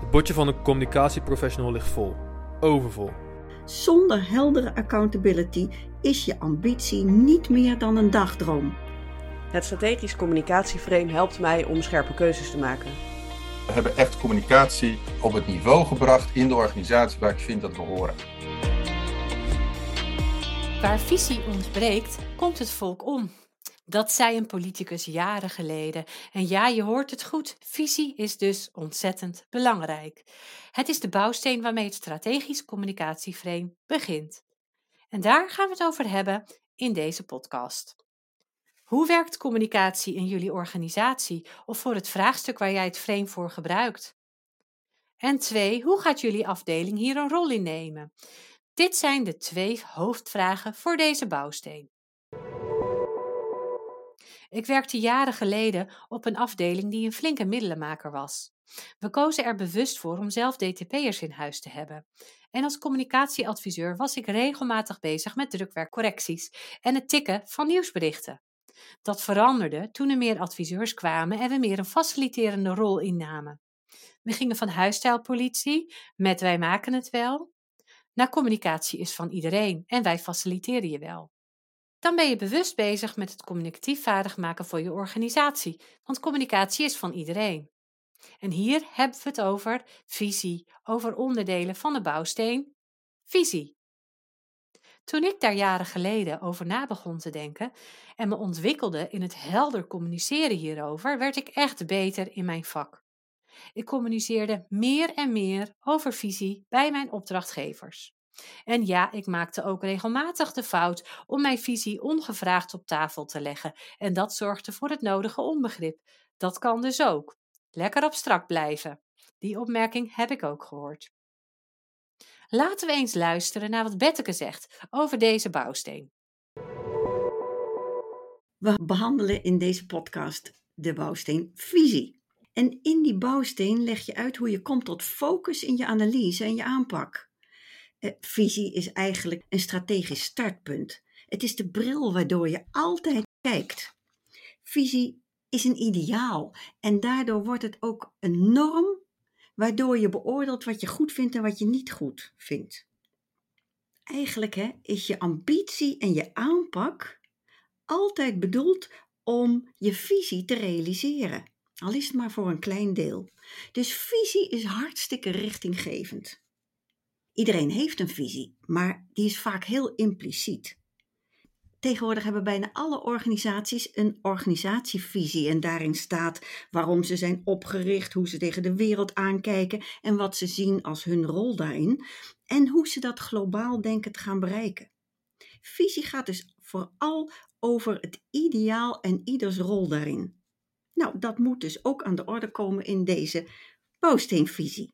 Het bordje van een communicatieprofessional ligt vol. Overvol. Zonder heldere accountability is je ambitie niet meer dan een dagdroom. Het strategisch communicatieframe helpt mij om scherpe keuzes te maken. We hebben echt communicatie op het niveau gebracht in de organisatie waar ik vind dat we horen. Waar visie ontbreekt, komt het volk om. Dat zei een politicus jaren geleden. En ja, je hoort het goed, visie is dus ontzettend belangrijk. Het is de bouwsteen waarmee het strategisch communicatieframe begint. En daar gaan we het over hebben in deze podcast. Hoe werkt communicatie in jullie organisatie of voor het vraagstuk waar jij het frame voor gebruikt? En 2, hoe gaat jullie afdeling hier een rol in nemen? Dit zijn de 2 hoofdvragen voor deze bouwsteen. Ik werkte jaren geleden op een afdeling die een flinke middelenmaker was. We kozen er bewust voor om zelf DTP'ers in huis te hebben. En als communicatieadviseur was ik regelmatig bezig met drukwerkcorrecties en het tikken van nieuwsberichten. Dat veranderde toen er meer adviseurs kwamen en we meer een faciliterende rol innamen. We gingen van huisstijlpolitie, met wij maken het wel, naar communicatie is van iedereen en wij faciliteren je wel. Dan ben je bewust bezig met het communicatief vaardig maken voor je organisatie, want communicatie is van iedereen. En hier hebben we het over visie, over onderdelen van de bouwsteen, visie. Toen ik daar jaren geleden over na begon te denken en me ontwikkelde in het helder communiceren hierover, werd ik echt beter in mijn vak. Ik communiceerde meer en meer over visie bij mijn opdrachtgevers. En ja, ik maakte ook regelmatig de fout om mijn visie ongevraagd op tafel te leggen en dat zorgde voor het nodige onbegrip. Dat kan dus ook. Lekker abstract blijven. Die opmerking heb ik ook gehoord. Laten we eens luisteren naar wat Betteke zegt over deze bouwsteen. We behandelen in deze podcast de bouwsteen visie. En in die bouwsteen leg je uit hoe je komt tot focus in je analyse en je aanpak. Visie is eigenlijk een strategisch startpunt. Het is de bril waardoor je altijd kijkt. Visie is een ideaal en daardoor wordt het ook een norm waardoor je beoordeelt wat je goed vindt en wat je niet goed vindt. Eigenlijk is je ambitie en je aanpak altijd bedoeld om je visie te realiseren. Al is het maar voor een klein deel. Dus visie is hartstikke richtinggevend. Iedereen heeft een visie, maar die is vaak heel impliciet. Tegenwoordig hebben bijna alle organisaties een organisatievisie en daarin staat waarom ze zijn opgericht, hoe ze tegen de wereld aankijken en wat ze zien als hun rol daarin en hoe ze dat globaal denken te gaan bereiken. Visie gaat dus vooral over het ideaal en ieders rol daarin. Nou, dat moet dus ook aan de orde komen in deze bouwsteenvisie.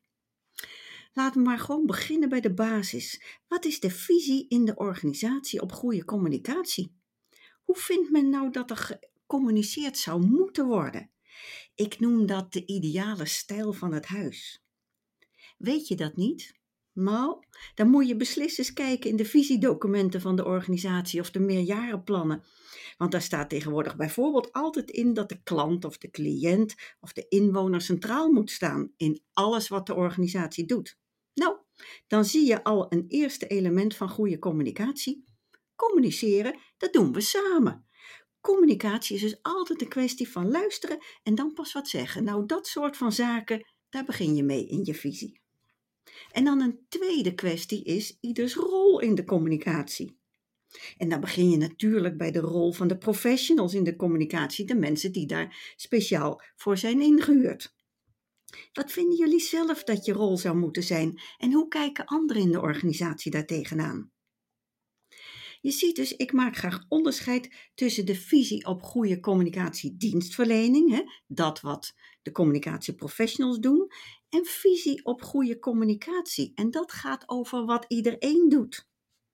Laten we maar gewoon beginnen bij de basis. Wat is de visie in de organisatie op goede communicatie? Hoe vindt men nou dat er gecommuniceerd zou moeten worden? Ik noem dat de ideale stijl van het huis. Weet je dat niet? Nou, dan moet je beslist eens kijken in de visiedocumenten van de organisatie of de meerjarenplannen. Want daar staat tegenwoordig bijvoorbeeld altijd in dat de klant of de cliënt of de inwoner centraal moet staan in alles wat de organisatie doet. Nou, dan zie je al een eerste element van goede communicatie. Communiceren, dat doen we samen. Communicatie is dus altijd een kwestie van luisteren en dan pas wat zeggen. Nou, dat soort van zaken, daar begin je mee in je visie. En dan een tweede kwestie is ieders rol in de communicatie. En dan begin je natuurlijk bij de rol van de professionals in de communicatie, de mensen die daar speciaal voor zijn ingehuurd. Wat vinden jullie zelf dat je rol zou moeten zijn en hoe kijken anderen in de organisatie daar tegenaan? Je ziet dus, ik maak graag onderscheid tussen de visie op goede communicatiedienstverlening, dat wat de communicatieprofessionals doen, en visie op goede communicatie. En dat gaat over wat iedereen doet.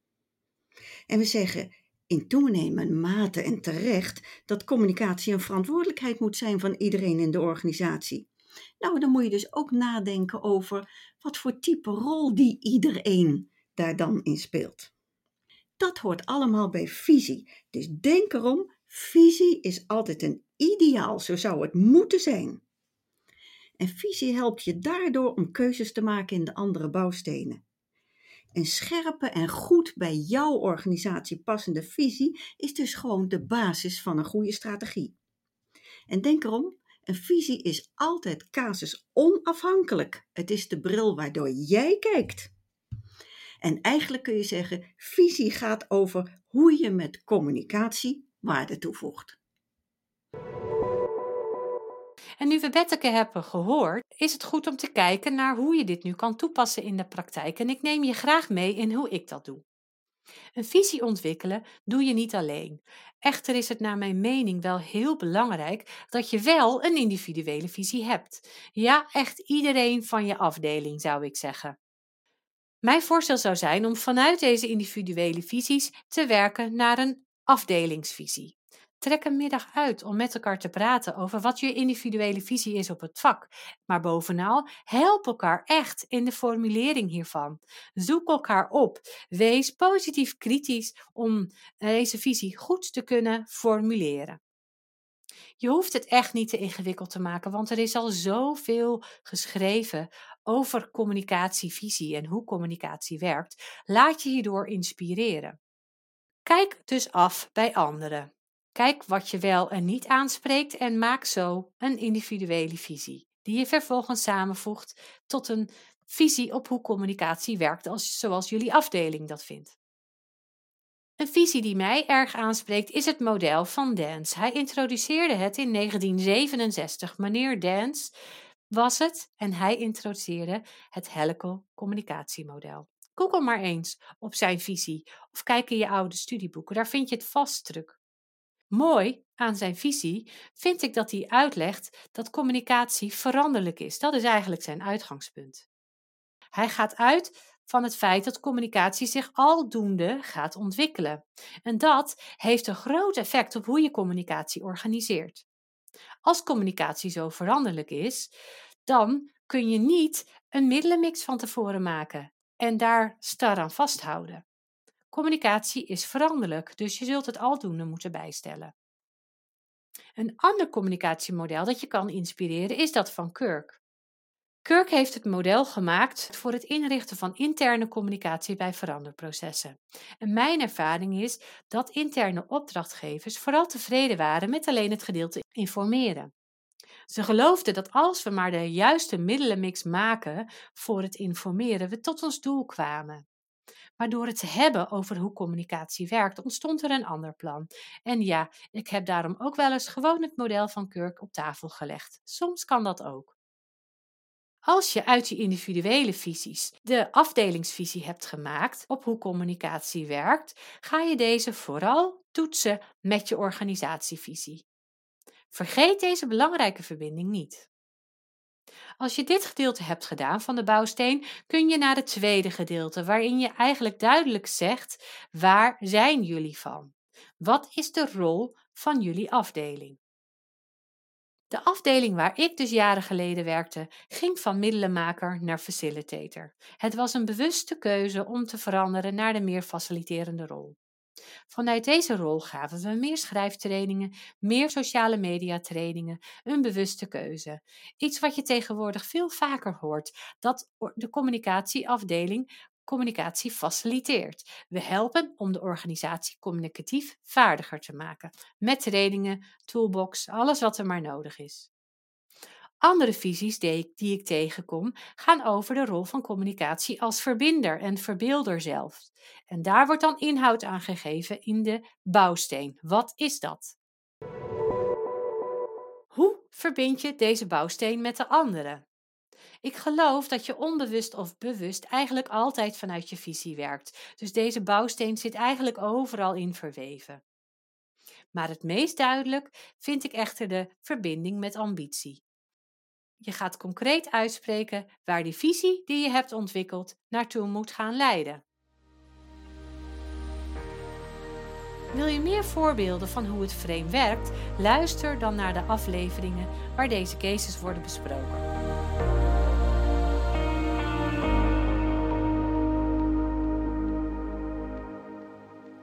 En we zeggen in toenemende mate en terecht dat communicatie een verantwoordelijkheid moet zijn van iedereen in de organisatie. Nou, dan moet je dus ook nadenken over wat voor type rol die iedereen daar dan in speelt. Dat hoort allemaal bij visie. Dus denk erom, visie is altijd een ideaal, zo zou het moeten zijn. En visie helpt je daardoor om keuzes te maken in de andere bouwstenen. Een scherpe en goed bij jouw organisatie passende visie is dus gewoon de basis van een goede strategie. En denk erom, een visie is altijd casus onafhankelijk. Het is de bril waardoor jij kijkt. En eigenlijk kun je zeggen, visie gaat over hoe je met communicatie waarde toevoegt. En nu we Betteke hebben gehoord, is het goed om te kijken naar hoe je dit nu kan toepassen in de praktijk. En ik neem je graag mee in hoe ik dat doe. Een visie ontwikkelen doe je niet alleen. Echter is het naar mijn mening wel heel belangrijk dat je wel een individuele visie hebt. Ja, echt iedereen van je afdeling zou ik zeggen. Mijn voorstel zou zijn om vanuit deze individuele visies te werken naar een afdelingsvisie. Trek een middag uit om met elkaar te praten over wat je individuele visie is op het vak. Maar bovenal, help elkaar echt in de formulering hiervan. Zoek elkaar op. Wees positief kritisch om deze visie goed te kunnen formuleren. Je hoeft het echt niet te ingewikkeld te maken, want er is al zoveel geschreven over communicatievisie en hoe communicatie werkt. Laat je hierdoor inspireren. Kijk dus af bij anderen. Kijk wat je wel en niet aanspreekt en maak zo een individuele visie, die je vervolgens samenvoegt tot een visie op hoe communicatie werkt, zoals jullie afdeling dat vindt. Een visie die mij erg aanspreekt is het model van Dance. Hij introduceerde het in 1967. Meneer Dance was het en hij introduceerde het helical communicatiemodel. Google maar eens op zijn visie of kijk in je oude studieboeken, daar vind je het vast terug. Mooi aan zijn visie vind ik dat hij uitlegt dat communicatie veranderlijk is. Dat is eigenlijk zijn uitgangspunt. Hij gaat uit van het feit dat communicatie zich aldoende gaat ontwikkelen. En dat heeft een groot effect op hoe je communicatie organiseert. Als communicatie zo veranderlijk is, dan kun je niet een middelenmix van tevoren maken en daar star aan vasthouden. Communicatie is veranderlijk, dus je zult het aldoende moeten bijstellen. Een ander communicatiemodel dat je kan inspireren is dat van Kirk. Kirk heeft het model gemaakt voor het inrichten van interne communicatie bij veranderprocessen. En mijn ervaring is dat interne opdrachtgevers vooral tevreden waren met alleen het gedeelte informeren. Ze geloofden dat als we maar de juiste middelenmix maken voor het informeren, we tot ons doel kwamen. Maar door het te hebben over hoe communicatie werkt, ontstond er een ander plan. En ja, ik heb daarom ook wel eens gewoon het model van Kirk op tafel gelegd. Soms kan dat ook. Als je uit je individuele visies de afdelingsvisie hebt gemaakt op hoe communicatie werkt, ga je deze vooral toetsen met je organisatievisie. Vergeet deze belangrijke verbinding niet. Als je dit gedeelte hebt gedaan van de bouwsteen, kun je naar het tweede gedeelte, waarin je eigenlijk duidelijk zegt: waar zijn jullie van? Wat is de rol van jullie afdeling? De afdeling waar ik dus jaren geleden werkte, ging van middelenmaker naar facilitator. Het was een bewuste keuze om te veranderen naar de meer faciliterende rol. Vanuit deze rol gaven we meer schrijftrainingen, meer sociale media trainingen, een bewuste keuze. Iets wat je tegenwoordig veel vaker hoort, dat de communicatieafdeling communicatie faciliteert. We helpen om de organisatie communicatief vaardiger te maken. Met trainingen, toolbox, alles wat er maar nodig is. Andere visies die ik tegenkom gaan over de rol van communicatie als verbinder en verbeelder zelf. En daar wordt dan inhoud aan gegeven in de bouwsteen. Wat is dat? Hoe verbind je deze bouwsteen met de andere? Ik geloof dat je onbewust of bewust eigenlijk altijd vanuit je visie werkt. Dus deze bouwsteen zit eigenlijk overal in verweven. Maar het meest duidelijk vind ik echter de verbinding met ambitie. Je gaat concreet uitspreken waar die visie die je hebt ontwikkeld naartoe moet gaan leiden. Wil je meer voorbeelden van hoe het frame werkt? Luister dan naar de afleveringen waar deze cases worden besproken.